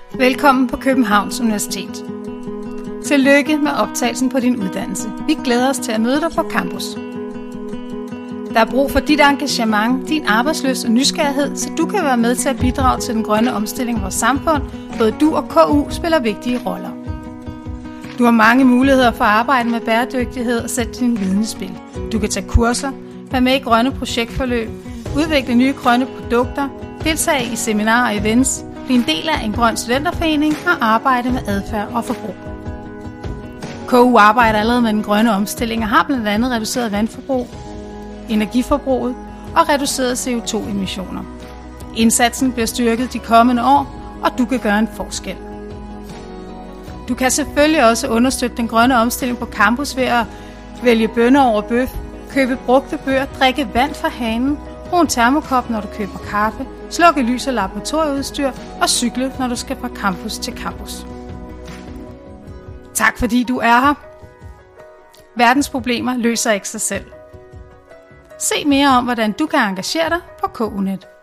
Velkommen på Københavns Universitet. Tillykke med optagelsen på din uddannelse. Vi glæder os til at møde dig på campus. Der er brug for dit engagement, din arbejdslyst og nysgerrighed, så du kan være med til at bidrage til den grønne omstilling af vores samfund. Både du og KU spiller vigtige roller. Du har mange muligheder for at arbejde med bæredygtighed og sætte din viden i spil. Du kan tage kurser, være med i grønne projektforløb, udvikle nye grønne produkter, deltage i seminarer og events, blive en del af en grøn studenterforening og arbejde med adfærd og forbrug. KU arbejder allerede med den grønne omstilling og har blandt andet reduceret vandforbrug, energiforbruget og reduceret CO2-emissioner. Indsatsen bliver styrket de kommende år, og du kan gøre en forskel. Du kan selvfølgelig også understøtte den grønne omstilling på campus ved at vælge bønner over bøf, købe brugte bøger, drikke vand fra hanen, brug en termokop, når du køber kaffe, slukke lys og laboratorieudstyr og cykle, når du skal fra campus til campus. Tak fordi du er her. Verdens problemer løser ikke sig selv. Se mere om, hvordan du kan engagere dig på KU-net.